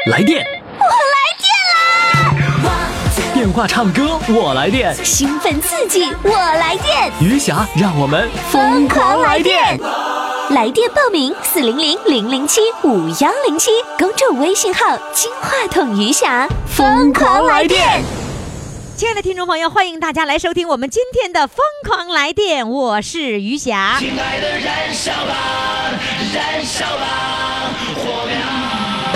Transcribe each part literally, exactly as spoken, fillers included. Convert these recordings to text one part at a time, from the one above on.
来电， 我来电啦！ 电话唱歌我来电， 兴奋刺激我来电， 余霞让我们疯狂来电！ 来电报名四零零零零七五幺零七，公众微信号金话筒余霞，疯狂来电！ 亲爱的听众朋友，欢迎大家来收听我们今天的疯狂来电，我是余霞。 亲爱的，燃烧吧，燃烧吧，火苗！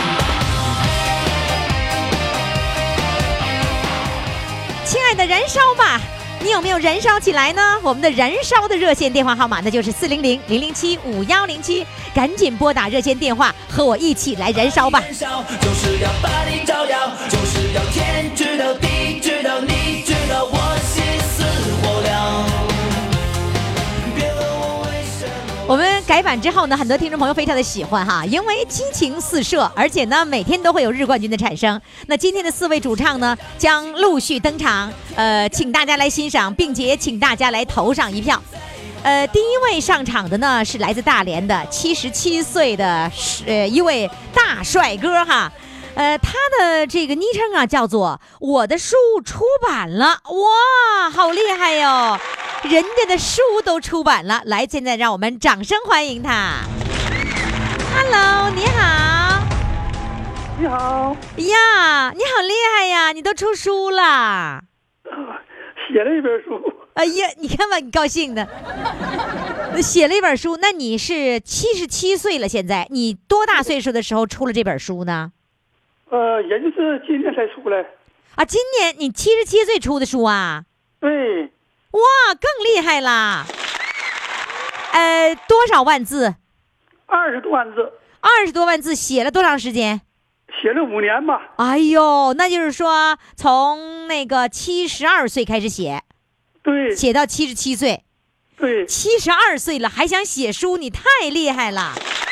亲爱的，燃烧吧！你有没有燃烧起来呢？我们的燃烧的热线电话号码呢，就是四零零零零七五幺零七，赶紧拨打热线电话，和我一起来燃烧吧！ 燃烧就是要把你照耀，就是要天知道地知道你知道我心似火燎。别问我为什么。 我们改版之后呢，很多听众朋友非常的喜欢哈，因为激情四射，而且呢每天都会有日冠军的产生。那今天的四位主唱呢将陆续登场，呃，请大家来欣赏，并且请大家来投上一票。呃，第一位上场的呢是来自大连的七十七岁的呃一位大帅哥哈。呃，他的这个昵称啊叫做我的书出版了，哇，好厉害哟！人家的书都出版了，来，现在让我们掌声欢迎他。Hello， 你好。 你好。 呀，你好厉害呀！你都出书了。 写了一本书。 哎呀，你看吧，你高兴的。写了一本书，那你是七十七岁了，现在你多大岁数的时候出了这本书呢？ 呃，也就是今年才出来。 啊，今年你七十七岁出的书啊？ 对。 哇，更厉害啦！呃，多少万字？ 二十多万字。 二十多万字，写了多长时间？ 写了五年吧。 哎呦，那就是说从那个七十二岁开始写， 对， 写到七十七岁。 对， 七十二岁了还想写书，你太厉害了。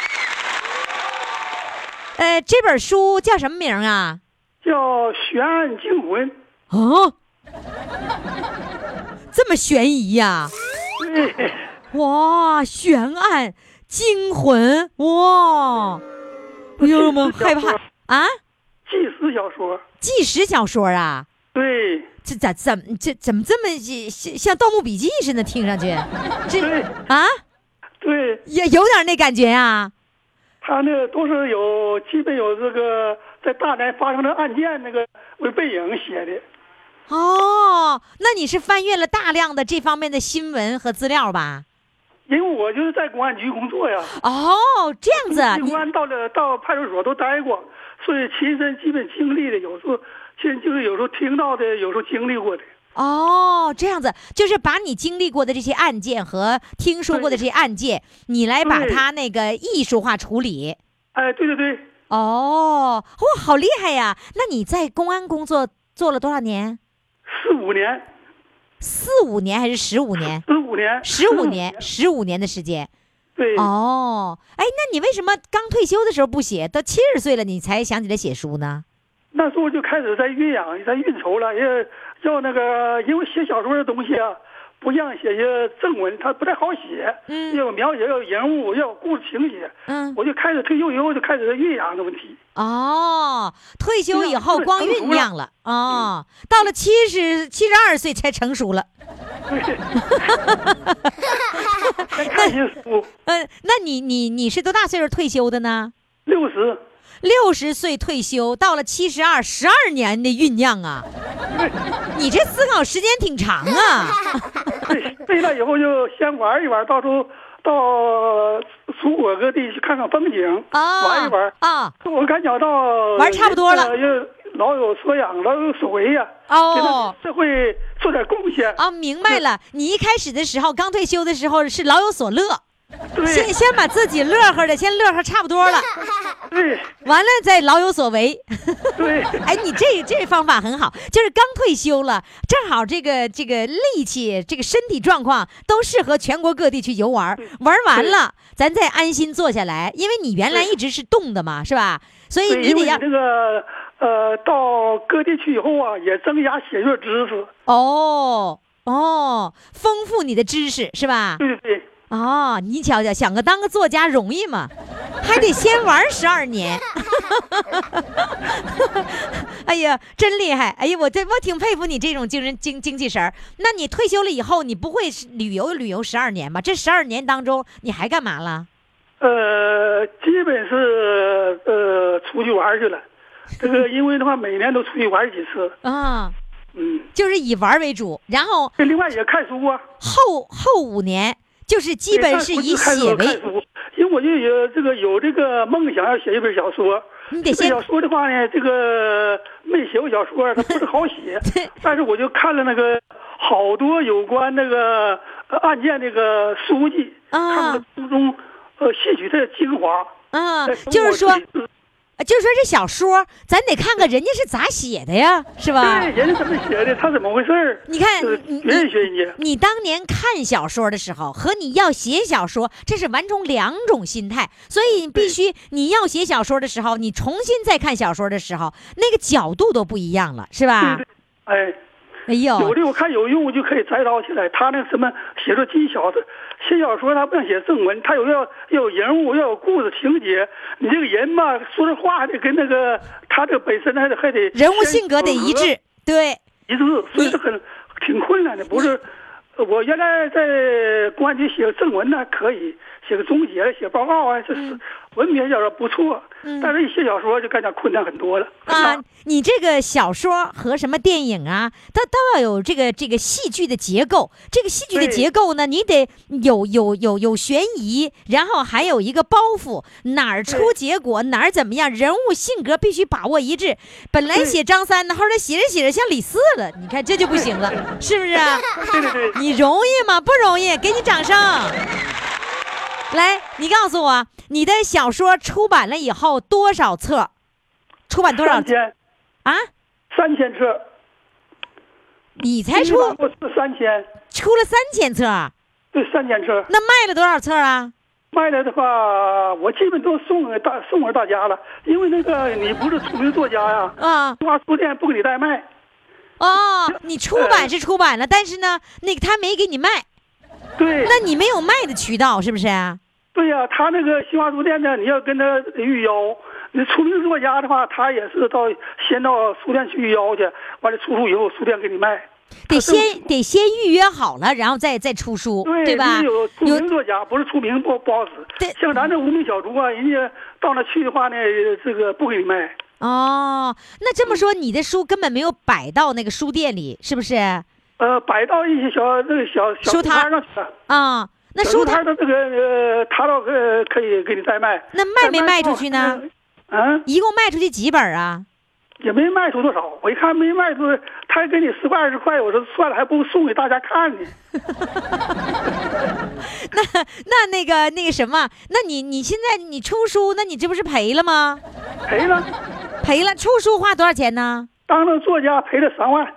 呃，这本书叫什么名啊？ 叫《悬案惊魂》。 哦，这么悬疑呀、啊？ 对。 哇，悬案惊魂，哇！哎呦，我们害怕啊！ 纪实小说。 纪实小说啊？ 对。 这咋怎么这怎么这么像像《盗墓笔记》似的？听上去，这对啊？ 对， 也有点那感觉啊。 他那个都是有基本有这个在大连发生的案件那个为背景写的。 哦，那你是翻阅了大量的这方面的新闻和资料吧？ 因为我就是在公安局工作呀。 哦，这样子。 公安到了到派出所都待过，所以亲身基本经历的，有时候其实就是有时候听到的，有时候经历过的。 哦，这样子，就是把你经历过的这些案件和听说过的这些案件，你来把它那个艺术化处理。 哎，对对对。 哦，哇，好厉害呀！那你在公安工作做了多少年？ 四五年。 四五年还是十五年？ 十五年。 十五年，十五年的时间。 对。 哦，哎，那你为什么刚退休的时候不写，到七十岁了你才想起来写书呢？ 那时候就开始在酝酿，在运筹了，也要那个，因为写小说的东西啊，不像写些正文，它不太好写。嗯。要有描写，要有人物，要有故事情节。嗯。我就开始退休以后就开始酝酿的问题。 哦，退休以后光酝酿了。哦，嗯、到了七十七十二岁才成熟了。 对。看些书。 嗯，那你你你是多大岁数退休的呢？ 六十。 六十岁退休，到了七十二，十二年的酝酿啊！你这思考时间挺长啊！ 对，回来以后就先玩一玩，到时候到祖国各地去看看风景，啊、玩一玩啊！我感觉到玩差不多了， 呃、老有所养，老有所为呀、啊。哦，社会做点贡献啊！明白了，你一开始的时候，刚退休的时候是老有所乐。先先把自己乐呵的先乐呵差不多了， 对， 完了再老有所为， 对， 哎，你这这方法很好，就是刚退休了，正好这个这个力气、这个身体状况都适合全国各地去游玩，玩完了咱再安心坐下来，因为你原来一直是动的嘛，是吧？所以你得要这个呃，到各地去以后啊，也增加写作知识。 哦哦，丰富你的知识是吧？ 对对对。 哦，你瞧瞧，想个当个作家容易吗？还得先玩十二年。 哎呀，真厉害！哎呀，我这我挺佩服你这种精神精精气神儿。那你退休了以后，你不会旅游旅游十二年吧？这十二年当中，你还干嘛了？ 呃，基本是呃出去玩去了。这个因为的话，每年都出去玩几次。 啊， 嗯， 就是以玩为主，然后另外也看书啊。 后后五年就是基本是以写为， 因为我就有这个有这个梦想要写一本小说。 你得先小说的话呢，这个没写过小说，它不是好写。但是我就看了那个好多有关那个案件那个书籍， 啊， 看书中呃吸取它的精华。 啊，就是说。就是说这小说，咱得看看人家是咋写的呀，是吧？ 对，人家怎么写的，他怎么回事？ 你看， 你学学人家。 你当年看小说的时候和你要写小说，这是完全两种心态，所以你必须你要写小说的时候，你重新再看小说的时候，那个角度都不一样了，是吧？ 对对，哎。 哎呦， 有的我看有用就可以摘抄起来。他那什么写作技巧的，写小说他不想写正文，他有要要有人物，要有故事情节。你这个人嘛，说的话还得跟那个他这本身还得还得人物性格得一致，对， 一致，所以这很挺困难的。不是，我原来在公安局写个正文呢，可以写个总结、写报告啊，这是文笔小说不错。嗯，但是一写小说就感觉困难很多了啊。你这个小说和什么电影啊，它都要有这个这个戏剧的结构。这个戏剧的结构呢，你得有有有有悬疑，然后还有一个包袱，哪儿出结果，哪儿怎么样，人物性格必须把握一致。本来写张三呢，后来写着写着像李四了，你看这就不行了，是不是啊？ 对对对， 你容易吗？不容易，给你掌声。来，你告诉我，你的小说出版了以后多少册？出版多少？ 三千啊？ 三千册。 你才出？ 我是三千。 出了三千册。 对，三千册。 那卖了多少册啊？ 卖了的话，我基本都送给大送给大家了，因为那个你不是出名作家呀， 啊， 新华书店不给你代卖。 哦，你出版是出版了，但是呢，那个他没给你卖。 对， 那你没有卖的渠道是不是？ 对呀、啊，他那个新华书店呢，你要跟他预邀。你出名作家的话，他也是到先到书店去预邀去，完了出书以后，书店给你卖。 得先得先预约好了，然后再再出书， 对, 对吧？ 有出名作家，不是出名不不好使。 对， 像咱这无名小卒啊，人家到那去的话呢，这个不给你卖。 哦，那这么说，你的书根本没有摆到那个书店里，是不是？ 呃，摆到一些小那个小小书摊上去了啊。那书摊的这个呃，他倒可可以给你代卖。 那卖没卖出去呢？ 嗯， 一共卖出去几本啊？ 也没卖出多少。我一看没卖出，他还给你十块二十块，我说算了，还不如送给大家看呢。 那那那个那个什么，那你你现在你出书，那你这不是赔了吗？ 赔了， 赔了。出书花多少钱呢？ 当了作家赔了三万。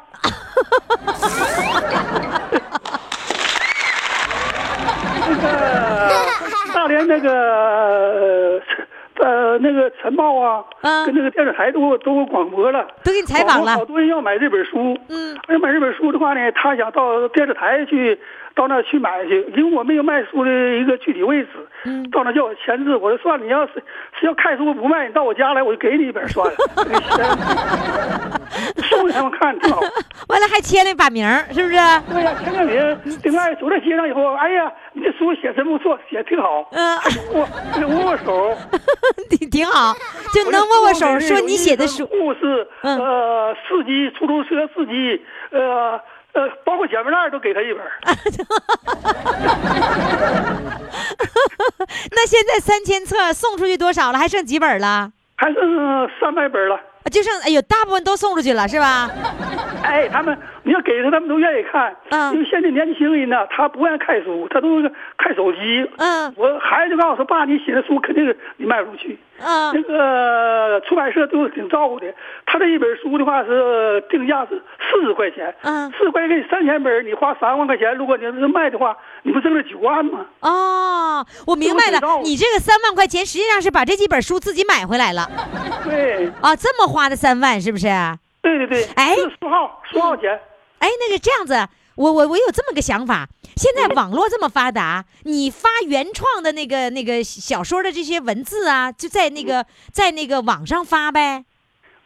那个大连那个呃那个晨报啊， 嗯， 跟那个电视台都都广播了， 都给你采访了。 好多人要买这本书， 嗯， 要买这本书的话呢，他想到电视台去，到那去买去，因为我没有卖书的一个具体位置，嗯，到那叫我签字，我说算了，你要是是要看书不卖，你到我家来，我就给你一本算了，送给他们看挺好。 完了还签了一把名儿，是不是？ 对呀、啊，签个名。另外走在街上以后，哎呀，你这书写真不错，写挺好。嗯，握握握手， 挺挺好，就能握握手，说你写的书。 护士，呃，司机，出租车司机，呃呃，包括捡破烂都给他一本。 那现在三千册送出去多少了？还剩几本了？ 还剩三百本了。 就剩哎呦，大部分都送出去了，是吧？ 哎，他们你要给他，他们都愿意看。嗯，因为现在年轻人呢，他不愿意看书，他都是看手机。嗯，我孩子就告诉我说：“爸，你写的书肯定是你卖不出去。”嗯，那个出版社都是挺照顾的。他这一本书的话是定价是四十块钱。嗯，四十块钱给你三千本，你花三万块钱，如果你要是卖的话，你不挣了九万吗？ 哦，我明白了，你这个三万块钱实际上是把这几本书自己买回来了。 对。 啊，这么花的三万是不是？ 对对对。哎，书号书号钱。 哎，那个这样子，我我我有这么个想法。现在网络这么发达，你发原创的那个那个小说的这些文字啊，就在那个在那个网上发呗。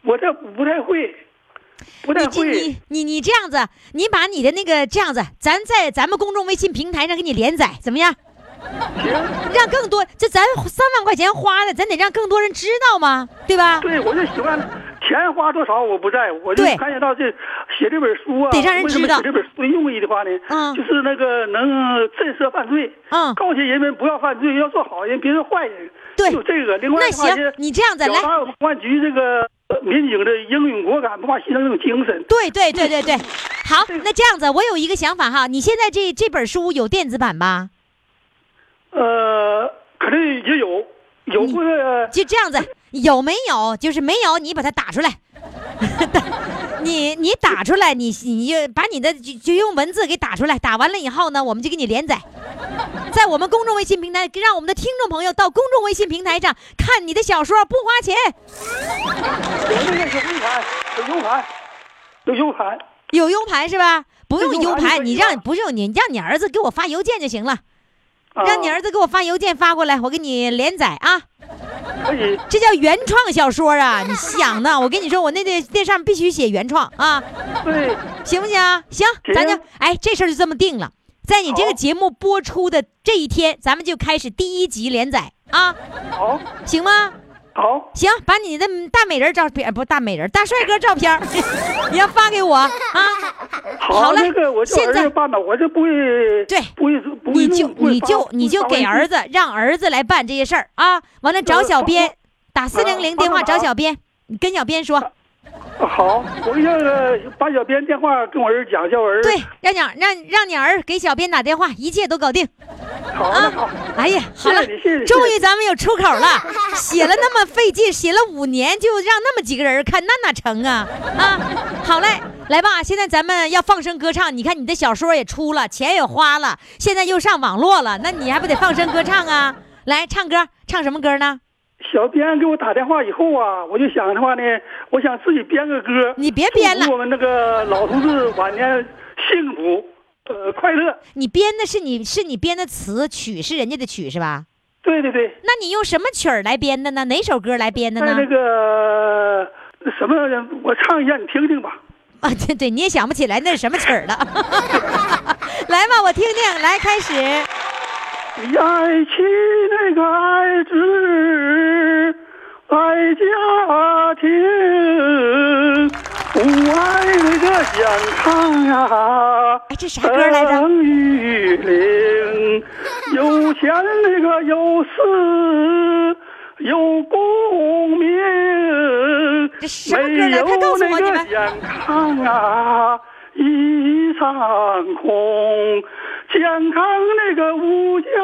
我这不太会，不太会。 你你你你这样子，你把你的那个这样子，咱在咱们公众微信平台上给你连载，怎么样？ 行， 让更多，这咱三万块钱花的，咱得让更多人知道吗？对吧？ 对，我就喜欢钱花多少我不在乎，我就对看见到这写这本书啊， 得让人知道为什么写这本书的用意的话呢， 嗯就是那个能震慑犯罪， 嗯告诫人们不要犯罪，要做好人，别做坏人。 对就这个。另外那的话行，你这样子来， 表达我们公安局这个民警的英勇果敢、不怕牺牲这种精神。 对对对对对，好，那这样子，我有一个想法哈，你现在这这本书有电子版吧？ 呃，可能也有，有过的。 就这样子，有没有？就是没有，你把它打出来。你你打出来，你你就把你的就就用文字给打出来，打完了以后呢，我们就给你连载，在我们公众微信平台，让我们的听众朋友到公众微信平台上看你的小说，不花钱。 有那个有 U 盘，有 U 盘，有 U 盘， 有 U 盘是吧？不用 U 盘，你让不用你让你儿子给我发邮件就行了。让你儿子给我发邮件发过来，我给你连载啊。 可以， 这叫原创小说啊！你想呢？我跟你说，我那那那上面必须写原创啊。 对， 行不行？行，咱就哎，这事儿就这么定了。在你这个节目播出的这一天，咱们就开始第一集连载啊。 好， 行吗？ 好， 行，把你的大美人照片，不大美人，大帅哥照片，你要发给我啊。 好了， 那个我现在办吧，我这不会， 对， 不会，不会你就你就你就给儿子， 子，让儿子来办这些事儿啊。完了找小编，打四零零电话找小编，你跟小编说。 好，我让把小编电话跟我儿讲，叫我儿对，让你让让你儿给小编打电话，一切都搞定。 好啊，好， 哎呀，好了，终于咱们有出口了。写了那么费劲，写了五年，就让那么几个人看，那哪成啊？啊，好嘞，来吧，现在咱们要放声歌唱。你看你的小说也出了，钱也花了，现在又上网络了，那你还不得放声歌唱啊？来，唱歌，唱什么歌呢？ 小编给我打电话以后啊，我就想的话呢，我想自己编个歌。 你别编了， 我们那个老同志晚年幸福，呃，快乐。 你编的是你是你编的词，曲是人家的曲是吧？ 对对对。 那你用什么曲儿来编的呢？哪首歌来编的呢？ 那个什么，我唱一下你听听吧。 啊，对对，你也想不起来那是什么曲儿了。来吧，我听听，来开始。 爱妻那个爱子，爱家庭，不爱那个健康呀。 哎，这啥歌来着？ 生育龄，有钱那个有势，有功名， 这什么歌来？快告诉我你们。 健康啊，一场空。健康那个物价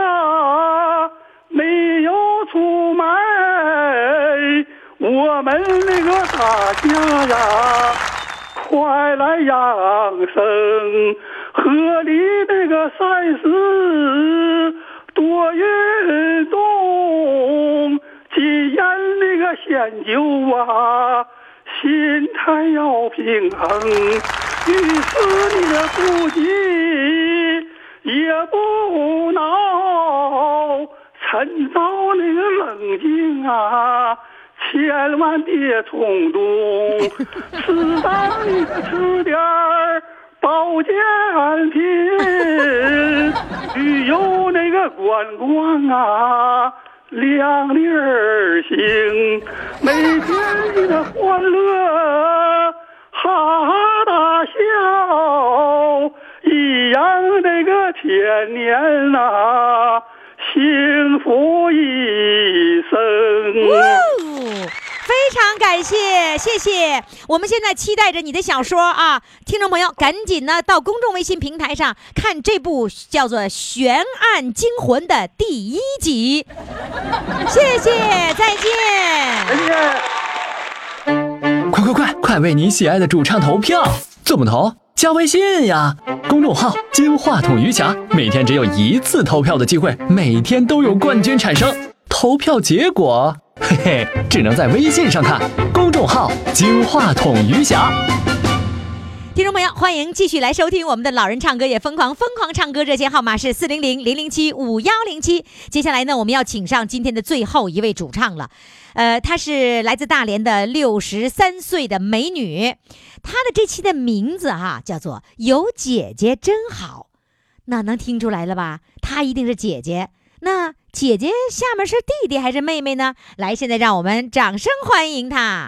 没有出卖，我们那个大家呀，快来养生，合理那个膳食，多运动，谨言那个显究啊，心态要平衡，遇事你的不急也不恼，趁早那个冷静啊，千万别冲动，适当你吃点儿保健品，旅游那个观光啊，量力而行，每天你的欢乐哈哈大笑，一样那个天年啊，幸福一生。 非常感谢，谢谢。我们现在期待着你的小说啊，听众朋友赶紧呢到公众微信平台上看这部叫做《悬案惊魂》的第一集。谢谢，再见。 再见。 快快快快为你喜爱的主唱投票！怎么投？加微信呀，公众号金话筒余霞，每天只有一次投票的机会，每天都有冠军产生。投票结果，嘿嘿，只能在微信上看。公众号金话筒余霞。 听众朋友，欢迎继续来收听我们的老人唱歌也疯狂疯狂唱歌热线号码是四零零零零七五幺零七。接下来呢，我们要请上今天的最后一位主唱了，呃，她是来自大连的六十三岁的美女，她的这期的名字哈、啊、叫做有姐姐真好。那能听出来了吧？她一定是姐姐。那姐姐下面是弟弟还是妹妹呢？来，现在让我们掌声欢迎她。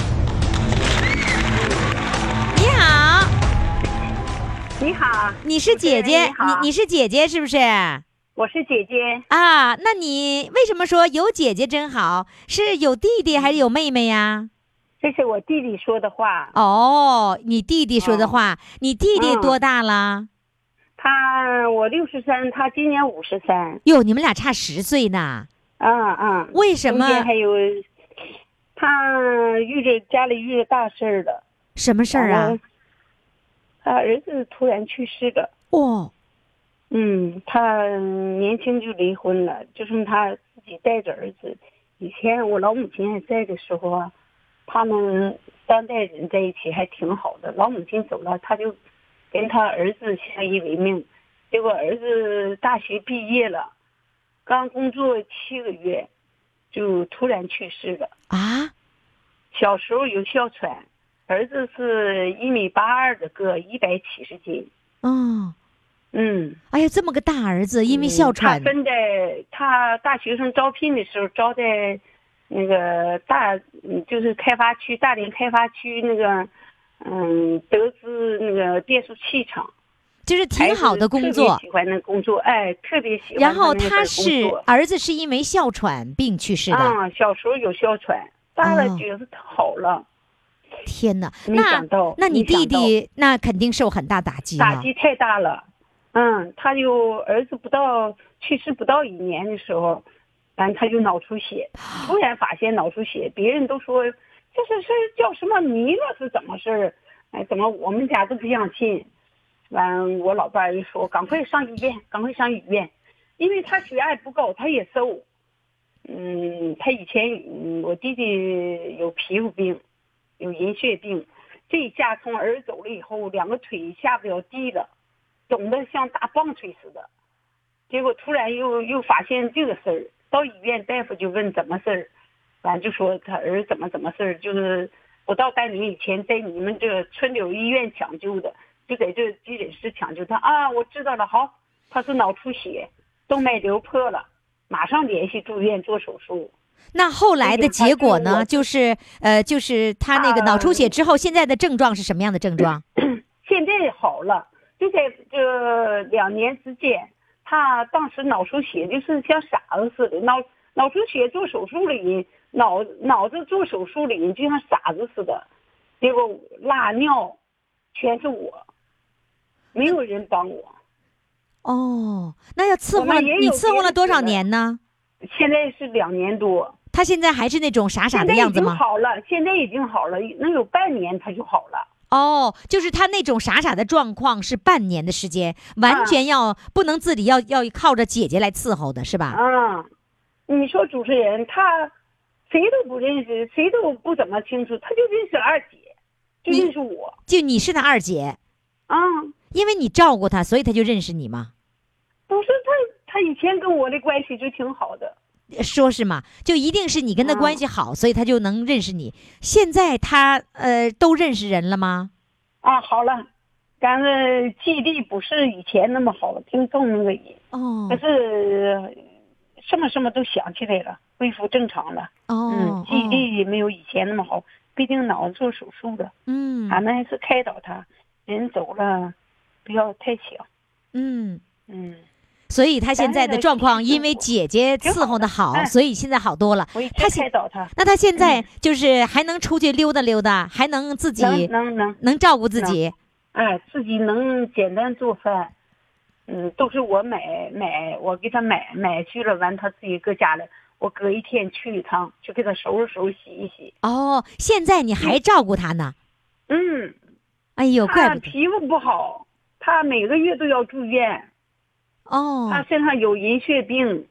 你好。 你好， 你是姐姐， 你好， 你你是姐姐是不是？ 我是姐姐啊。那你为什么说有姐姐真好？是有弟弟还是有妹妹呀？ 这是我弟弟说的话。 哦，你弟弟说的话。哦、你弟弟多大了？ 嗯、他我六十三，他今年五十三。 哟，你们俩差十岁呢。 嗯嗯。 为什么？ 还有，他遇着家里遇着大事了。 什么事儿啊？ 他儿子突然去世了。 哦， 嗯，他年轻就离婚了，就剩他自己带着儿子。以前我老母亲还在的时候啊，他们三代人在一起还挺好的。老母亲走了，他就跟他儿子相依为命。结果儿子大学毕业了，刚工作七个月，就突然去世了。 啊？ 小时候有哮喘。儿子是一米八二的个，一百七十斤。 哦， 嗯， 哎呀，这么个大儿子，因为哮喘。 嗯、他分在他大学生招聘的时候招在那个大，就是开发区大连开发区那个，嗯，德资那个变速器厂， 就是挺好的工作。 喜欢那工作，哎，特别喜欢。 然后他是儿子是因为哮喘病去世的。 啊、嗯，小时候有哮喘，大了觉得好了。哦， 天哪，那那你弟弟那肯定受很大打击了， 打击太大了。嗯，他就儿子不到去世不到一年的时候，完他就脑出血，突然发现脑出血，别人都说这是是叫什么弥勒是怎么事儿？哎，怎么我们家都不相信？完我老伴一说，赶快上医院，赶快上医院，因为他血压不高，他也瘦。嗯，他以前嗯，我弟弟有皮肤病。有银屑病，这一下从儿子走了以后，两个腿下不了地了，肿得像大棒槌似的。结果突然又又发现这个事儿，到医院大夫就问怎么事儿，完就说他儿子怎么怎么事儿，就是不到半年以前在你们这个春柳医院抢救的，就在这急诊室抢救他啊，我知道了，好，他是脑出血，动脉瘤破了，马上联系住院做手术。 那后来的结果呢？就是呃，就是他那个脑出血之后，现在的症状是什么样的症状？ 现在好了，就在这两年之间，他当时脑出血就是像傻子似的，脑脑出血做手术的人，脑脑子做手术的人就像傻子似的，结果拉尿全是我，没有人帮我。 哦，那要伺候了你伺候了多少年呢？ 现在是两年多。 他现在还是那种傻傻的样子吗？ 现在已经好了，现在已经好了，能有半年他就好了。 哦，就是他那种傻傻的状况是半年的时间，完全要、啊、不能自己要要靠着姐姐来伺候的是吧？ 啊，你说主持人他谁都不认识，谁都不怎么清楚，他就认识二姐，就认识我。 就你是他二姐啊？ 因为你照顾他，所以他就认识你吗？ 不是他，他以前跟我的关系就挺好的。 说是嘛，就一定是你跟他关系好、啊、所以他就能认识你。现在他呃都认识人了吗？ 啊，好了，但是记忆力不是以前那么好，挺重那个人。 哦， 可是什么什么都想起来了，恢复正常了。 哦， 嗯，记忆力没有以前那么好，毕竟脑子做手术的。 嗯， 俺们还是开导他，人走了不要太想。 嗯嗯。 所以他现在的状况，因为姐姐伺候的好， 好所以现在好多了。 他开导他， 那他现在就是还能出去溜达溜达，还能自己能能能能照顾自己。 哎，自己能简单做饭，嗯，都是我买买，我给他买买去了，完他自己搁家里，我隔一天去一趟，去给他收拾收拾洗一洗。 哦，现在你还照顾他呢？ 嗯， 哎呦，怪不得他皮肤不好，他每个月都要住院。 哦， 他身上有银屑病，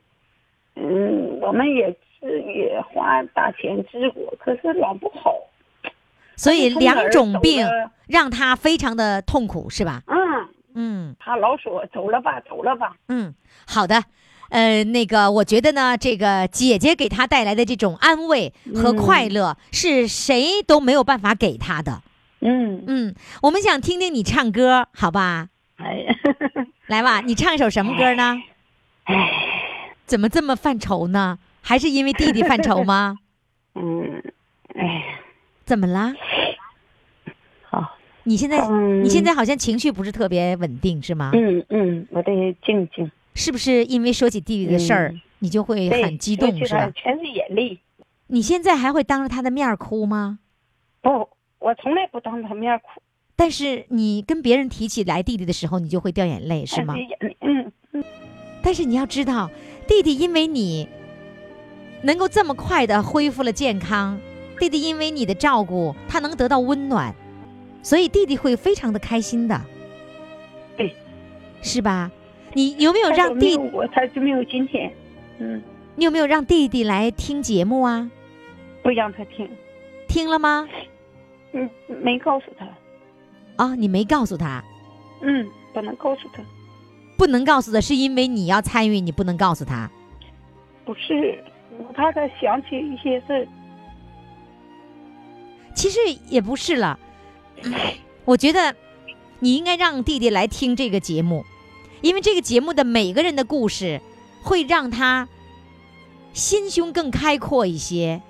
嗯，我们也是也花大钱治过，可是老不好。 所以两种病他就从哪儿走了让他非常的痛苦，是吧？ 嗯， 嗯他老说走了吧，走了吧。 嗯，好的。呃，那个，我觉得呢，这个姐姐给他带来的这种安慰和快乐，是谁都没有办法给他的。 嗯嗯，我们想听听你唱歌，好吧？ 哎呀， 来吧，你唱一首什么歌呢？ 哎， 怎么这么犯愁呢？还是因为弟弟犯愁吗？ 嗯，哎， 怎么啦？ 好， 你现在、 嗯你现在好像情绪不是特别稳定，是吗？ 嗯嗯，我得静静。 是不是因为说起弟弟的事儿， 嗯你就会对很激动， 说起是吧？ 来全是眼泪。 你现在还会当着他的面儿哭吗？ 不，我从来不当他面哭。 但是你跟别人提起来弟弟的时候，你就会掉眼泪，是吗？ 哎眼泪，嗯嗯， 但是你要知道，弟弟因为你能够这么快的恢复了健康，弟弟因为你的照顾，他能得到温暖，所以弟弟会非常的开心的， 对， 是吧？你有没有他让弟就没有我，他就没有今天。嗯， 你有没有让弟弟来听节目啊？ 不让他听。 听了吗？ 嗯，没告诉他。 啊，你没告诉他， 嗯，不能告诉他。 不能告诉的是因为你要参与，你不能告诉他。 不是，我怕他想起一些事。 其实也不是了，我觉得你应该让弟弟来听这个节目，因为这个节目的每个人的故事会让他心胸更开阔一些，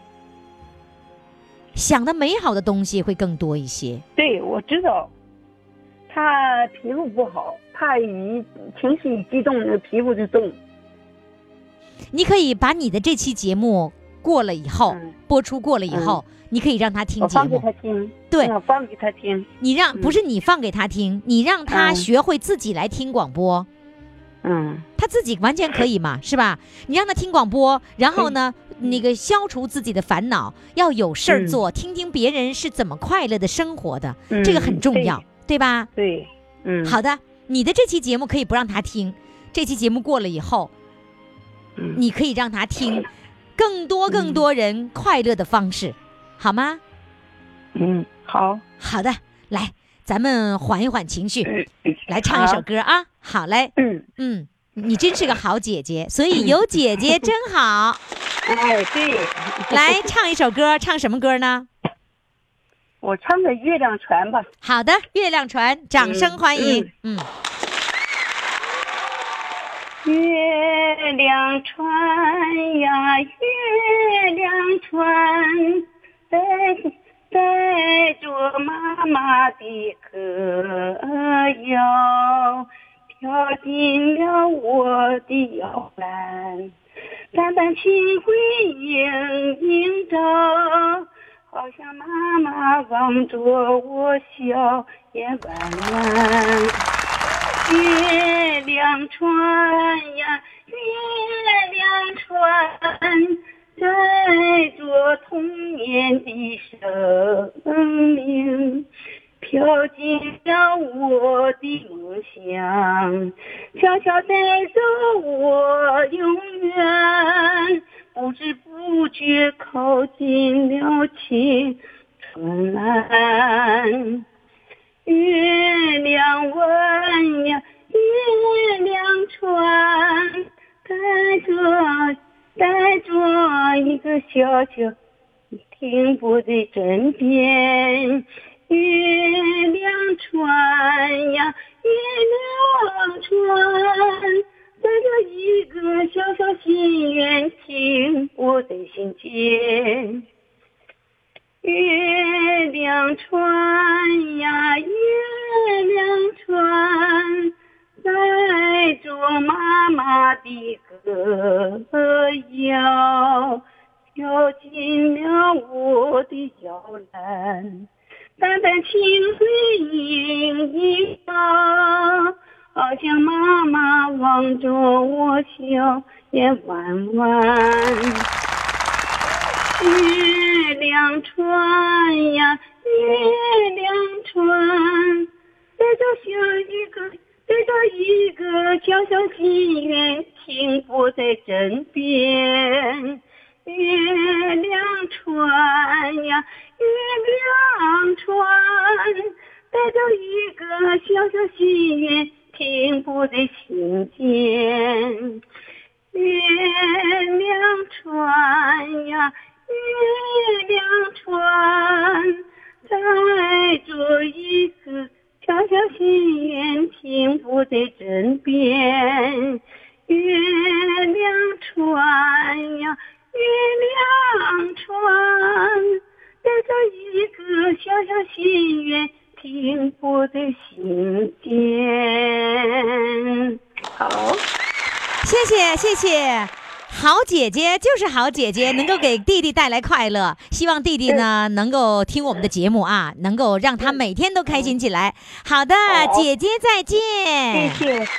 想的美好的东西会更多一些。 对，我知道，他皮肤不好，他一情绪一激动，那皮肤就动。 你可以把你的这期节目过了以后， 嗯播出过了以后，你可以让他听节我放给目。 他听。 对我放给他听。 你让嗯不是你放给他听，你让他嗯学会自己来听广播。 嗯他自己完全可以嘛，是吧？你让他听广播，然后呢，那个消除自己的烦恼，要有事儿做，听听别人是怎么快乐的生活的， 嗯这个很重要，对吧？ 对，嗯， 好的，你的这期节目可以不让他听，这期节目过了以后， 嗯你可以让他听更多更多人快乐的方式，好吗？ 嗯，好， 好的，来，咱们缓一缓情绪， 嗯来唱一首歌啊！好嘞， 嗯， 嗯，你真是个好姐姐，所以有姐姐真好。 哎，对， 来唱一首歌，唱什么歌呢？ 我唱个《月亮船》吧。 好的，《月亮船》，掌声欢迎。嗯， 月亮船呀，月亮船，载载着妈妈的歌谣，飘进了我的摇篮，淡淡清辉映映着，好像妈妈望着我笑颜弯弯。月亮船呀，月亮船，载着童年的生命，飘进了我的梦乡，悄悄带走我永远，不知不觉靠近了青春岸。月亮弯呀，月亮船，带着带着一个小小停泊在枕边。月亮船呀，月亮船，带着一个小小心愿停泊在心间。月亮船呀，月亮船，载着妈妈的歌谣，飘进了我的摇篮，淡淡清辉映映着，好像妈妈望着我笑颜弯弯。月亮船呀，月亮船，带着小一个，带着一个小小心愿停泊在枕边。月亮船呀，月亮着一个小小心愿停泊在心间。月亮船呀月亮船，载着一个小小心愿停泊在枕边。月亮船呀月亮船，带着一个小小心愿停泊在心间。好， 谢谢谢谢，好姐姐就是好姐姐，能够给弟弟带来快乐。希望弟弟呢能够听我们的节目啊，能够让他每天都开心起来。好的，姐姐再见。 谢谢。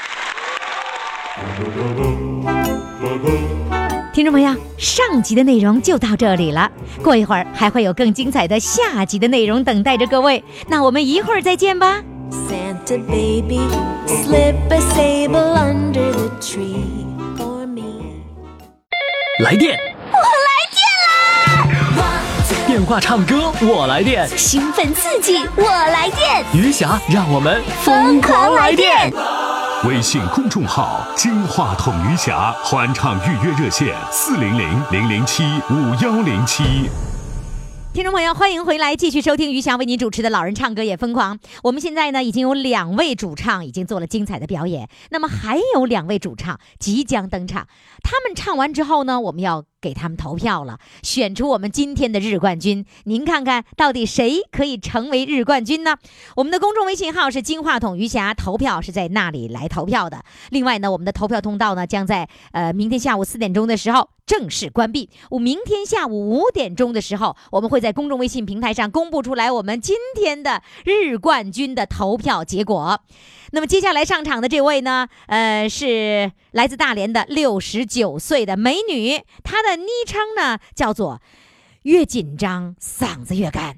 听众朋友，上集的内容就到这里了，过一会儿还会有更精彩的下集的内容等待着各位，那我们一会儿再见吧。 Santa baby, slip a sable under the tree for me. 来电， 我来电啦！ 电话唱歌我来电， 兴奋刺激，我来电！ 余霞让我们疯狂来电。 微信公众号“金话筒余霞”欢唱预约热线：四零零零零七五幺零七。 听众朋友，欢迎回来，继续收听余霞为您主持的《老人唱歌也疯狂》。我们现在呢，已经有两位主唱已经做了精彩的表演，那么还有两位主唱即将登场。他们唱完之后呢，我们要给他们投票了，选出我们今天的日冠军。您看看到底谁可以成为日冠军呢？我们的公众微信号是金话筒余霞，投票是在那里来投票的。另外呢，我们的投票通道呢将在呃明天下午四点钟的时候正式关闭。我明天下午五点钟的时候，我们会在公众微信平台上公布出来我们今天的日冠军的投票结果。那么接下来上场的这位呢，呃，是来自大连的六十九岁的美女，她的昵称呢叫做“越紧张嗓子越干”。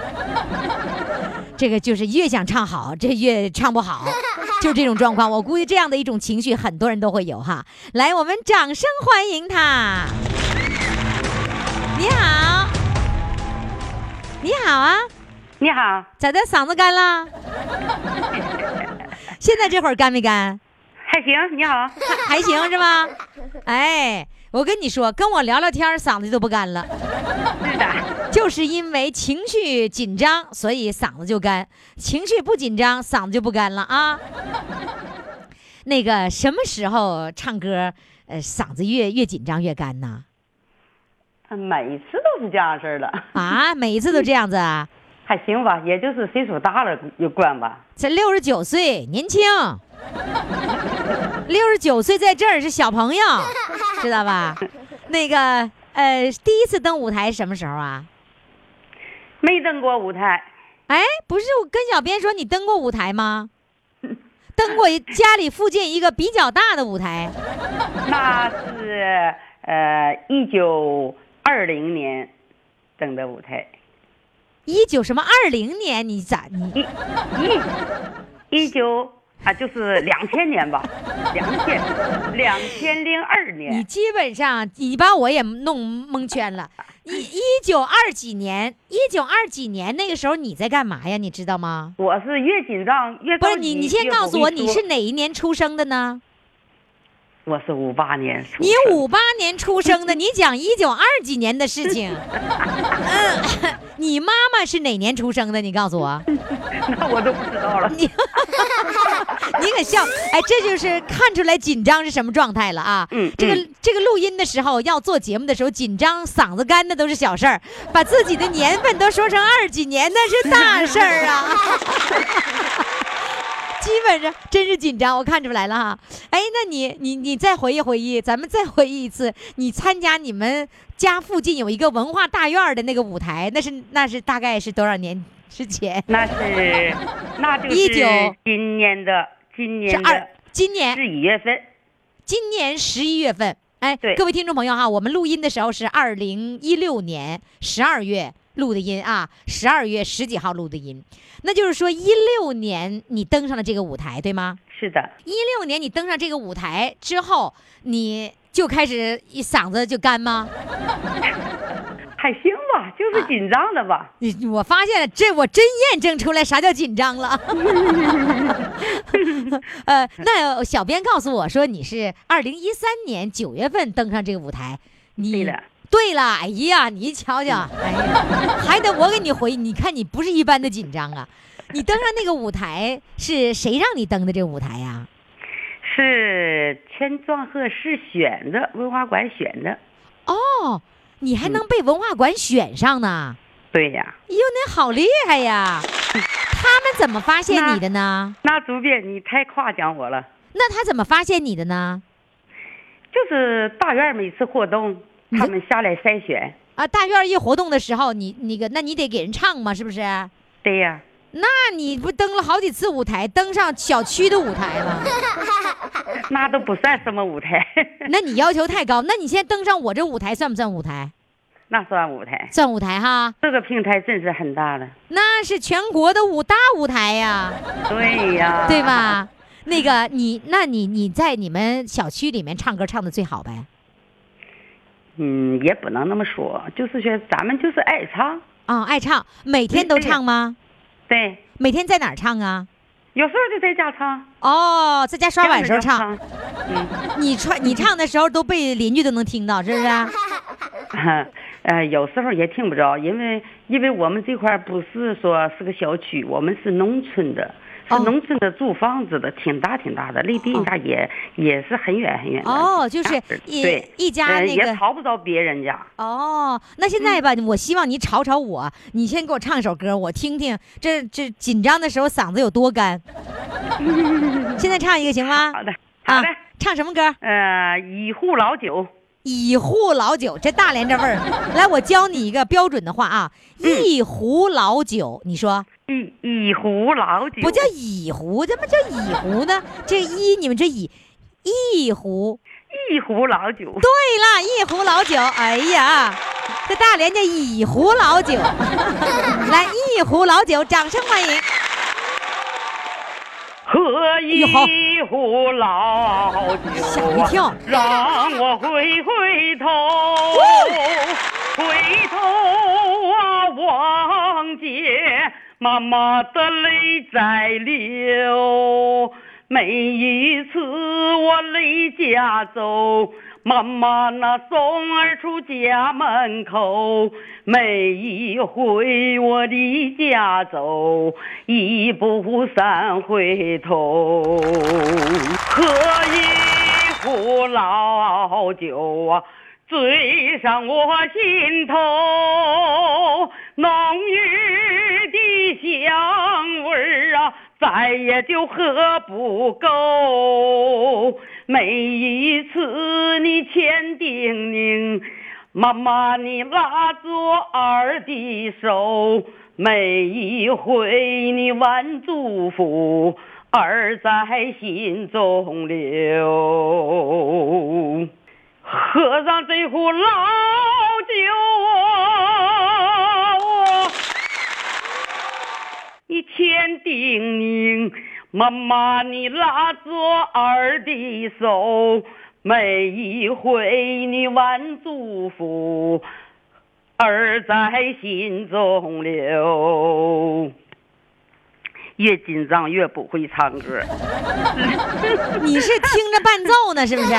这个就是越想唱好，这越唱不好，就这种状况。我估计这样的一种情绪，很多人都会有哈。来，我们掌声欢迎她。你好，你好啊， 你好， 咋的？嗓子干了？现在这会儿干没干？ 还行，你好， 还还行是吧？哎，我跟你说，跟我聊聊天，嗓子就不干了。 是的， 就是因为情绪紧张，所以嗓子就干；情绪不紧张，嗓子就不干了啊。那个什么时候唱歌，呃，嗓子越越紧张越干呢？ 每次都是这样式儿的啊，每一次都这样子啊？ 还行吧，也就是岁数大了有关吧。 才六十九岁，年轻。六十九岁在这儿是小朋友，知道吧？那个呃，第一次登舞台什么时候啊？ 没登过舞台。 哎，不是，我跟小编说你登过舞台吗？登过家里附近一个比较大的舞台。 那是呃一九二零年登的舞台。 一九什么二零年？你咋你一一九啊，就是两千年吧，两千两千零二年。 你基本上你把我也弄蒙圈了。一一九二几年，一九二几年那个时候你在干嘛呀？你知道吗？ 我是越紧张越不是你，你先告诉我你是哪一年出生的呢？ 我是五八年出生。 你五八年出生的，你讲一九二几年的事情。嗯，你妈妈是哪年出生的？你告诉我。 那我都不知道了。 你你可笑，哎，这就是看出来紧张是什么状态了啊！ 嗯， 这个、 嗯、 这个录音的时候，要做节目的时候紧张，嗓子干的都是小事儿，把自己的年份都说成二几年，那是大事儿啊！基本上真是紧张，我看出来了哈。哎，那你你你再回忆回忆，咱们再回忆一次，你参加你们家附近有一个文化大院的那个舞台，那是那是大概是多少年之前？ 那是那就是今年的今年的二今年十一月份， 今年十一月份。哎， 对， 各位听众朋友哈，我们录音的时候是二零一六年十二月录的音啊，十二月十几号录的音，那就是说一六年你登上了这个舞台，对吗？ 是的， 一六年你登上这个舞台之后，你就开始一嗓子就干吗？ 还行吧，就是紧张的吧。 你我发现了，这我真验证出来啥叫紧张了。呃，那小编告诉我说你是二零一三年九月份登上这个舞台，你对了， 对了，哎呀，你瞧瞧，哎呀，还得我给你回，你看你不是一般的紧张啊。你登上那个舞台是谁让你登的这个舞台呀？ 是全庄河市选的，文化馆选的。 哦，你还能被文化馆选上呢？ 对呀。 哟，你好厉害呀！他们怎么发现你的呢？ 那主编，你太夸奖我了。 那他怎么发现你的呢？ 就是大院每次活动，他们下来筛选。 啊，大院一活动的时候，你那个，那你得给人唱嘛，是不是？ 对呀。 那你不登了好几次舞台，登上小区的舞台了？ 那都不算什么舞台。 那你要求太高。那你现在登上我这舞台算不算舞台？ 那算舞台， 算舞台哈。 这个平台真是很大的， 那是全国的舞大舞台呀。 对呀， 对吧？那个你，那你你在你们小区里面唱歌唱的最好呗？ 嗯，也不能那么说，就是说咱们就是爱唱啊、哦，爱唱，每天都唱吗？ 对， 每天在哪儿唱啊？ 有时候就在家唱。 哦，在家刷碗时候唱。 嗯， 你唱你唱的时候都被邻居都能听到，是不是？ 呃，有时候也听不着，因为因为我们这块不是说是个小区，我们是农村的，是农村的租房子的，挺大挺大的，离地大也、哦、也是很远很远的。 哦，就是一对一家那个、 呃、也吵不着别人家。 哦，那现在吧，嗯、我希望你吵吵我，你先给我唱一首歌，我听听这这紧张的时候嗓子有多干。现在唱一个行吗？ 好的，好的。啊、 唱什么歌？ 呃，一壶老酒。 一壶老酒，这大连这味儿。来，我教你一个标准的话啊，嗯、一壶老酒，你说一一壶老酒， 不叫一壶，怎么叫一壶呢？这一你们这一一壶一壶老酒。 对了，一壶老酒。哎呀，这大连叫一壶老酒。来，一壶老酒，掌声欢迎。 喝一壶老酒， 吓我一跳， 让我回回头，回头啊望见妈妈的泪在流。每一次我离家走，妈妈那送儿出家门口，每一回我离家走，一步三回头。喝一壶老酒啊，醉上我心头，浓郁的香味啊，再也就喝不够。每一次你千叮咛，妈妈你拉着儿的手，每一回你万祝福，儿在心中留。喝上这壶老酒啊，你千叮咛，妈妈你拉着儿的手，每一回你万祝福，儿在心中留。越紧张越不会唱歌。 你是听着伴奏呢是不是？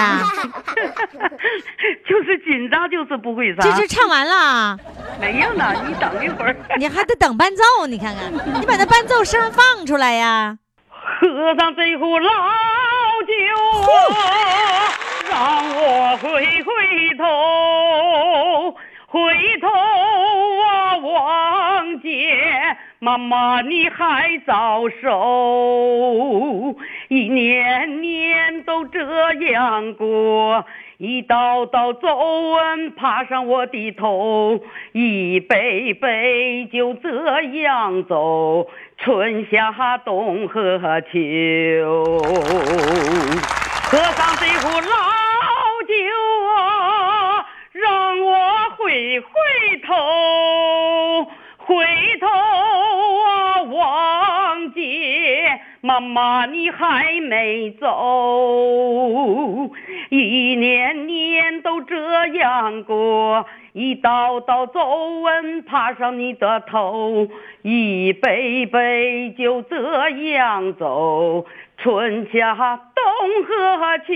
就是紧张就是不会唱。 这是唱完了？ 没有呢，你等一会儿。 你还得等伴奏，你看看，你把那伴奏声放出来呀。 喝上这壶老酒啊，让我回回头，回头啊望见妈妈你还早熟，一年年都这样过，一道道皱纹爬上我的头，一杯杯就这样走，春夏冬和秋。喝上这壶老酒啊，让我回回头，回头啊望见妈妈你还没走，一年年都这样过， 一道道皱纹爬上你的头，一杯杯就这样走，春夏冬和秋，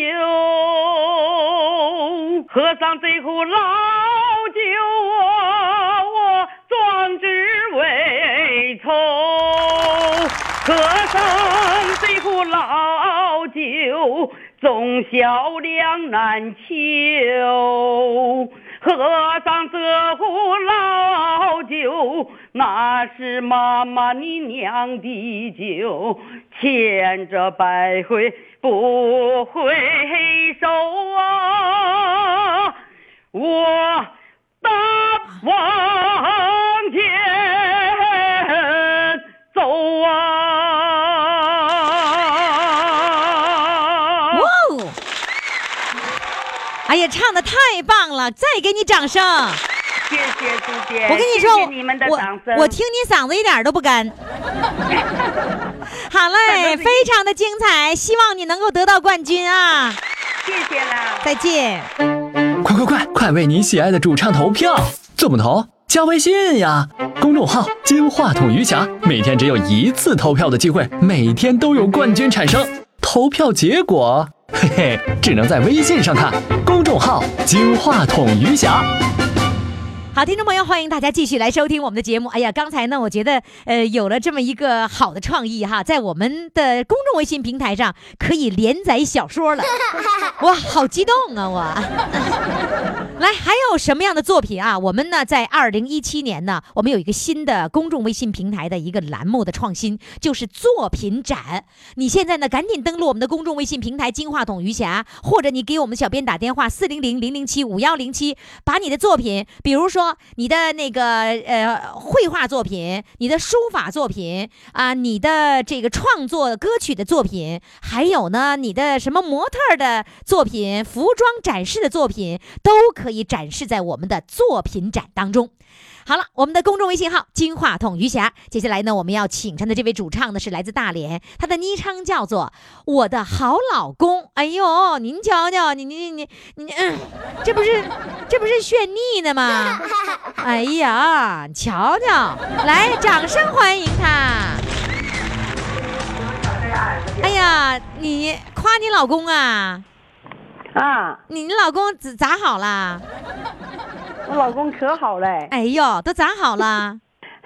喝上这壶老酒啊，我壮志未酬，喝上这壶老酒，忠孝两难求，喝上这壶老酒，那是妈妈你酿的酒，千折百回不回首啊，我大往前走啊。 哎呀，唱的太棒了，再给你掌声。 谢谢朱姐， 我跟你说， 谢谢你们的掌声。 我, 我听你嗓子一点都不干。好嘞，非常的精彩，希望你能够得到冠军啊！ 谢谢啦， 再见。 快快快，快为你喜爱的主唱投票！怎么投？加微信呀，公众号金话筒余霞，每天只有一次投票的机会，每天都有冠军产生。投票结果，嘿嘿，只能在微信上看。公众号金话筒余霞。 好，听众朋友，欢迎大家继续来收听我们的节目。哎呀，刚才呢，我觉得呃有了这么一个好的创意哈，在我们的公众微信平台上可以连载小说了，哇，好激动啊我！来，还有什么样的作品啊？我们呢，在二零一七年呢，我们有一个新的公众微信平台的一个栏目的创新，就是作品展。你现在呢，赶紧登录我们的公众微信平台金话筒余霞，或者你给我们小编打电话四零零零零七五幺零七，把你的作品，比如说。你的那个呃绘画作品，你的书法作品啊、呃，你的这个创作歌曲的作品，还有呢你的什么模特的作品、服装展示的作品，都可以展示在我们的作品展当中。好了，我们的公众微信号金话筒余霞，接下来呢，我们要请上的这位主唱呢是来自大连，他的昵称叫做我的好老公。哎呦，您瞧瞧，你你你你，嗯，这不是这不是炫腻呢吗？哎呀，瞧瞧，来，掌声欢迎他。哎呀，你夸你老公啊？ 啊， 你老公咋咋好啦？ 我老公可好嘞！ 哎呦，都咋好了？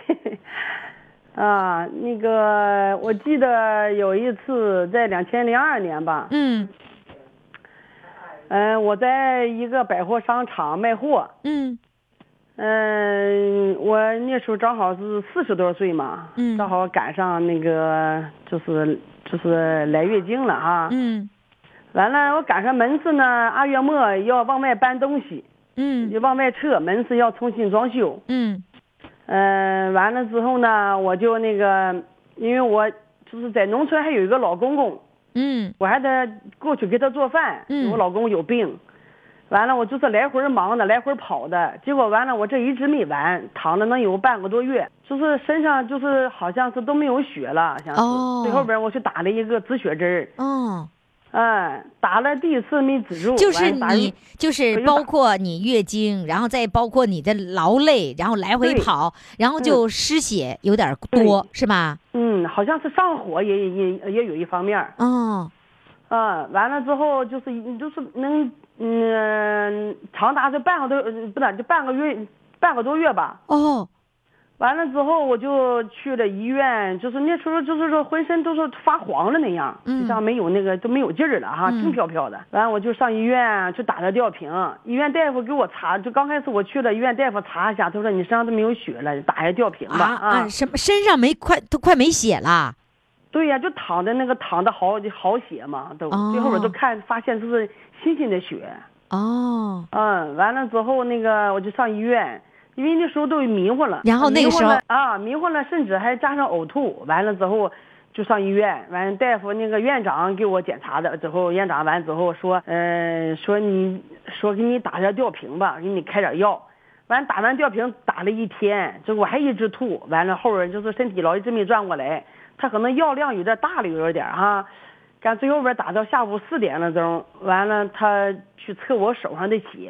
啊，那个我记得有一次在两千零二年吧， 嗯， 嗯、呃，我在一个百货商场卖货， 嗯， 嗯、呃，我那时候正好是四十多岁嘛， 嗯， 正好赶上那个就是就是来月经了啊， 嗯， 完了我赶上门市呢，二月末要往外搬东西。 嗯， 就往外撤，门市要重新装修。 嗯， 嗯、呃，完了之后呢，我就那个，因为我就是在农村还有一个老公公， 嗯， 我还得过去给他做饭。 嗯， 我老公有病，完了我就是来回忙的，来回跑的，结果完了我这一直没完，躺了能有半个多月，就是身上就是好像是都没有血了，像是。哦。最后边我去打了一个止血针。 哦。 嗯，打了第一次没止住， 就是你，就是包括你月经，然后再包括你的劳累，然后来回跑，然后就失血有点多，嗯、是吧？ 嗯，好像是上火也也也有一方面。 哦， 嗯，完了之后就是就是能嗯长达这半个多不是就半个月半个多月吧。 哦。 完了之后我就去了医院，就是那时候就是说浑身都是发黄了那样，嗯，就像没有那个都没有劲儿了哈，轻飘飘的。完了我就上医院去打了吊瓶，医院大夫给我查，就刚开始我去了医院大夫查一下，他说你身上都没有血了，打下吊瓶吧。 啊啊，什么身上没快都快没血了？ 对呀、啊，就躺的那个躺的好好血嘛，都、哦、最后边都看发现就是新鲜的血。 哦。 嗯，完了之后那个我就上医院。因为那时候都迷糊了， 然后那个时候啊迷糊了，甚至还加上呕吐。完了之后就上医院，完大夫那个院长给我检查的之后，院长完之后说，嗯、呃，说你说给你打点吊瓶吧，给你开点药。完打完吊瓶打了一天，结果还一直吐。完了后边就是身体老一直没转过来，他可能药量有点大了，有点哈。干最后边打到下午四点了钟，完了他去测我手上的血。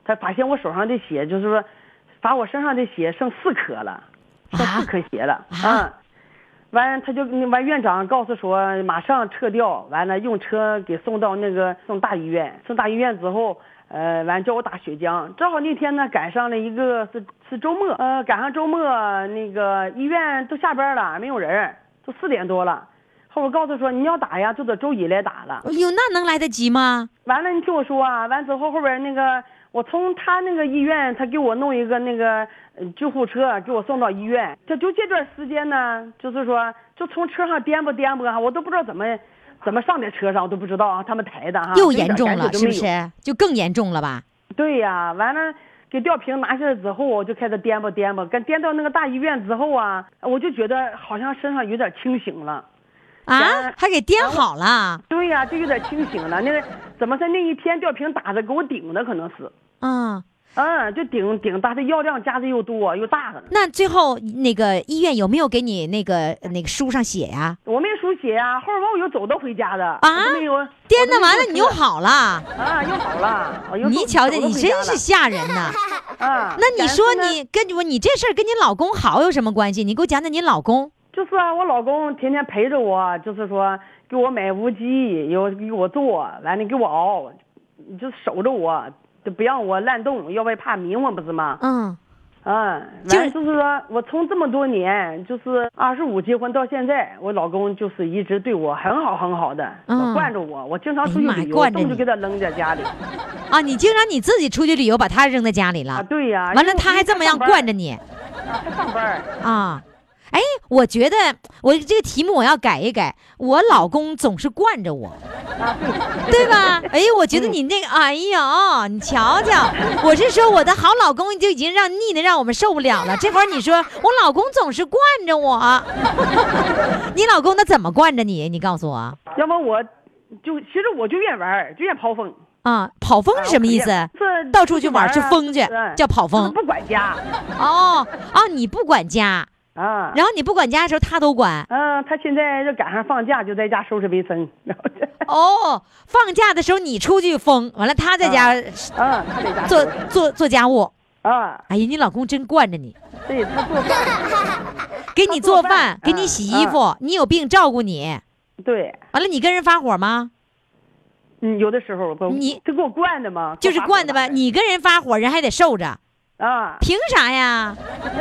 他发现我手上的血，就是说，把我身上的血剩四颗了，剩四颗血了啊。啊完，他就完院长告诉说，马上撤掉，完了用车给送到那个送大医院，送大医院之后，呃，完叫我打血浆。正好那天呢赶上了一个是是周末，呃，赶上周末那个医院都下班了，没有人，都四点多了。后边告诉说你要打呀，就得周一来打了。 哎呦，那能来得及吗？ 完了，你听我说啊，完之后后边那个。我从他那个医院，他给我弄一个那个救护车，给我送到医院。这就这段时间呢，就是说，就从车上颠簸颠簸哈，我都不知道怎么怎么上在车上，我都不知道啊，他们抬的哈。 又严重了，是不是？就更严重了吧？ 对呀，完了给吊瓶拿下来之后，我就开始颠簸颠簸，跟颠到那个大医院之后啊，我就觉得好像身上有点清醒了。 啊，还给颠好了？ 对呀，就有点清醒了。那个怎么在那一天吊瓶打的给我顶的，可能是。 嗯嗯，就顶顶大，它药量加的又多又大的。 那最后那个医院有没有给你那个那个输上血呀？ 我没输血呀，后边我又走到回家的啊，颠的完了你又好了啊，又好了。 你瞧瞧，你真是吓人呐！ 啊， 那你说你跟我你这事儿跟你老公好有什么关系？你给我讲讲你老公。 就是啊，我老公天天陪着我，就是说给我买无鸡，有给我做，完了给我熬，就守着我。就不让我乱动，要不然怕迷糊不是吗？ 嗯， 啊，完就是说我从这么多年，就是二十五结婚到现在，我老公就是一直对我很好很好的，嗯、惯着我，我经常出去旅游，动就给他扔在家里。 啊，你经常你自己出去旅游，把他扔在家里了？ 啊，对呀。 完了他还这么样惯着你？ 啊，他上班。 啊。哎，我觉得我这个题目我要改一改。我老公总是惯着我， 啊、 对吧？哎，我觉得你那个，哎呀，你瞧瞧，我是说我的好老公就已经让腻的让我们受不了了。这会儿你说我老公总是惯着我，你老公他怎么惯着你？你告诉我。 要不我就其实我就愿玩，就愿跑风。 啊，跑风是什么意思？ 啊、 到处去玩去疯去，叫跑风。 不管家。 哦哦，你不管家。 啊， 然后你不管家的时候，他都管。 嗯、啊，他现在就赶上放假，就在家收拾卫生。 哦，放假的时候你出去疯，完了他在家， 啊，他在家做做做家务。 啊， 哎呀，你老公真惯着你。 对，他做饭， 给你做饭，给你洗衣服， 啊、 你有病照顾你。 对。 完了，你跟人发火吗？ 嗯，有的时候不， 你这给我惯的吗？ 就是惯的呗。你跟人发火，人还得受着。 啊， 凭啥呀？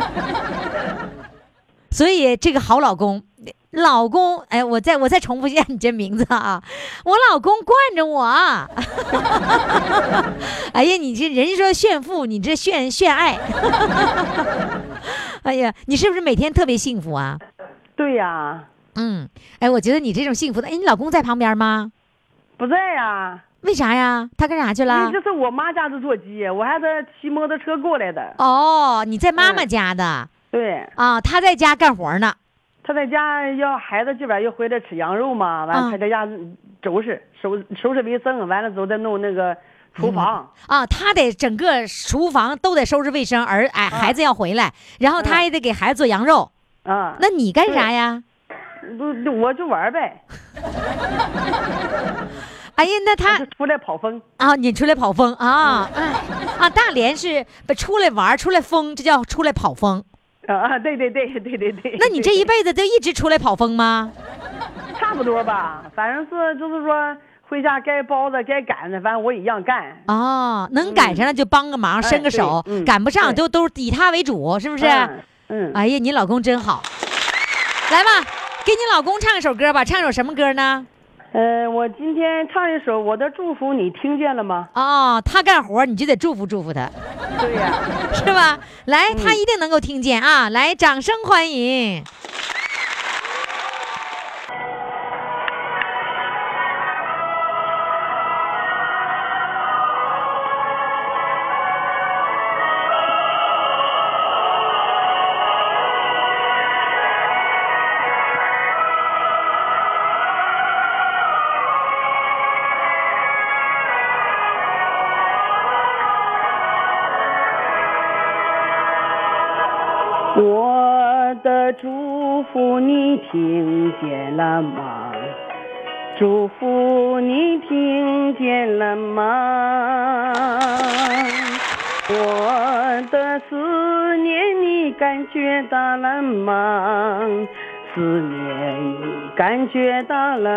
所以这个好老公，老公，哎，我再我再重复一下你这名字啊，我老公惯着我。哎呀，你这人家说炫富，你这炫炫爱。哎呀，你是不是每天特别幸福啊？ 对呀。 嗯，哎，我觉得你这种幸福的，哎，你老公在旁边吗？ 不在呀。 为啥呀？他干啥去了？ 这是我妈家的座机，我还是骑摩托车过来的。 哦，你在妈妈家的。 嗯对啊，他在家干活呢。 他在家要孩子这边要回来吃羊肉嘛，完了他在家收拾收收拾卫生，完了之后再弄那个厨房。 嗯、啊，他得整个厨房都得收拾卫生，而哎孩子要回来，然后他也得给孩子做羊肉。 啊， 那你干啥呀？ 我我就玩呗。 哎呀，那他出来跑风啊！你出来跑风啊！哎啊，大连是出来玩出来疯，这叫出来跑风。 啊，对对对对对对。 那你这一辈子都一直出来跑风吗？ 差不多吧，反正是就是说回家该包的该赶的，反正我也一样干。 哦，能赶上了就帮个忙，嗯、伸个手； 哎嗯、 赶不上都都以他为主，是不是？ 嗯。嗯哎呀，你老公真好。来吧，给你老公唱一首歌吧，唱首什么歌呢？ 呃，我今天唱一首《我的祝福》，你听见了吗？ 哦，他干活你就得祝福祝福他。 对呀、啊， 是吧？来，嗯、他一定能够听见啊！来，掌声欢迎。 我的祝福你听见了吗？祝福你听见了吗？ 我的思念你感觉到了吗？思念你感觉到了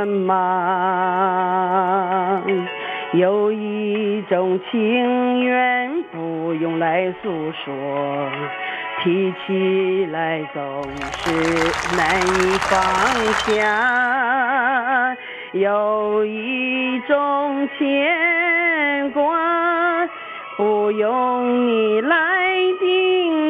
吗？有一种情缘不用来诉说，提起来总是难以放下。有一种牵挂不用你来叮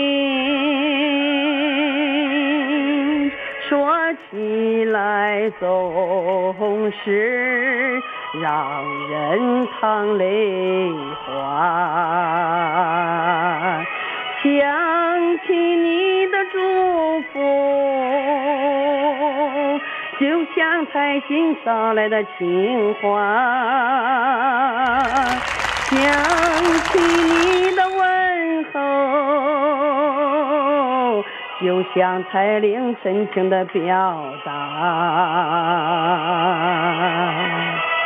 咛，说起来总是让人淌泪花。想起你的祝福，就像彩信捎来的情话。想起你的问候，就像彩铃深情的表达。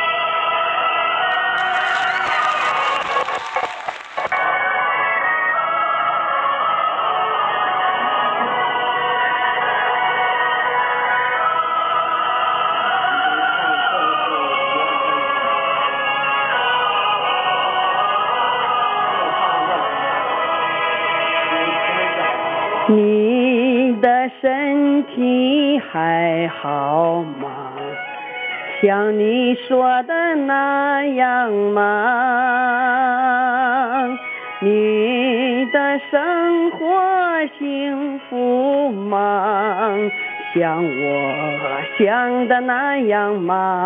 你的身体还好吗？像你说的那样吗？你的生活幸福吗？像我想的那样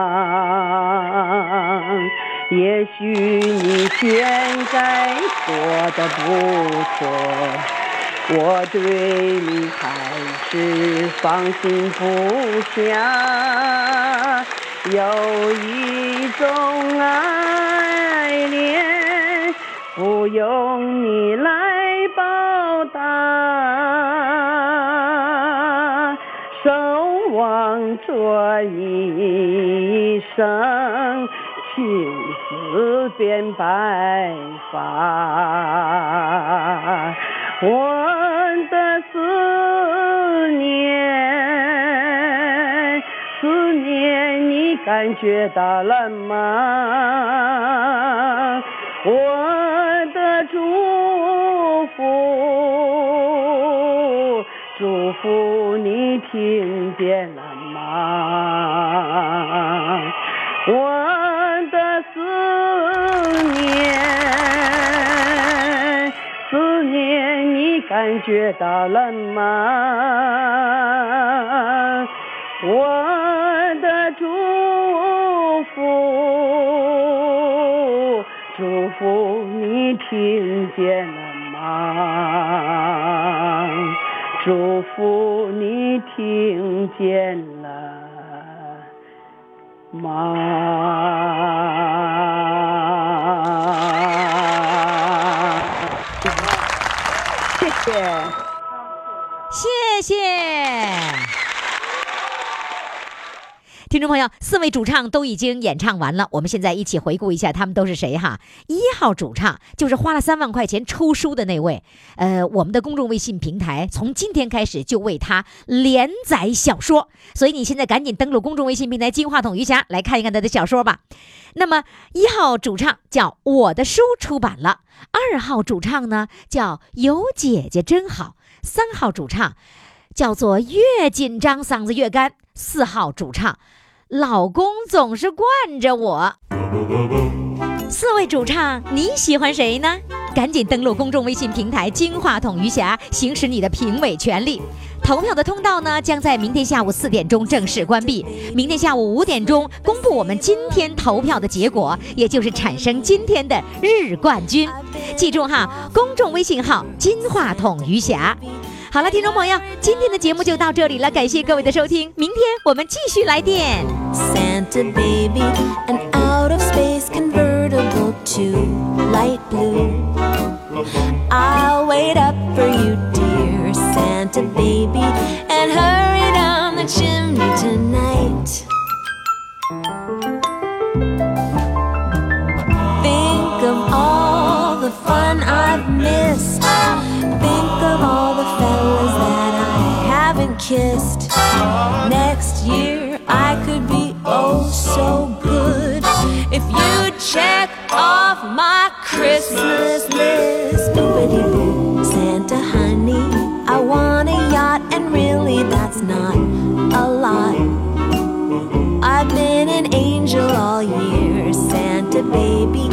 吗？也许你现在过得不错，我对你还是放心不下。有一种爱恋不用你来报答，守望着一生青丝变白发。我的思念，思念你感觉到了吗？我的祝福，祝福你听见了吗？我的思念，思念你感觉到了吗？我的祝福，祝福你听见了吗？祝福你听见了吗？谢谢， 谢谢。听众朋友，四位主唱都已经演唱完了，我们现在一起回顾一下他们都是谁哈。一号主唱就是花了三万块钱抽书的那位，呃，我们的公众微信平台从今天开始就为他连载小说，所以你现在赶紧登录公众微信平台金话筒余霞来看一看他的小说吧。那么一号主唱叫我的书出版了，二号主唱呢叫有姐姐真好，三号主唱叫做越紧张嗓子越干，四号主唱老公总是惯着我。四位主唱你喜欢谁呢？赶紧登录公众微信平台金话筒余霞，行使你的评委权利。投票的通道呢将在明天下午四点钟正式关闭，明天下午五点钟公布我们今天投票的结果，也就是产生今天的日冠军。记住哈，公众微信号金话筒余霞。好了，听众朋友，今天的节目就到这里了，感谢各位的收听，明天我们继续来电。 Santa baby, an out of space convertible to light blue. I'll wait up for you, dear Santa baby, and hurry down the chimney tonight. Think of all the fun I off my Christmas list. Boopity-boo, Santa honey, I want a yacht, and really that's not a lot. I've been an angel all year, Santa baby,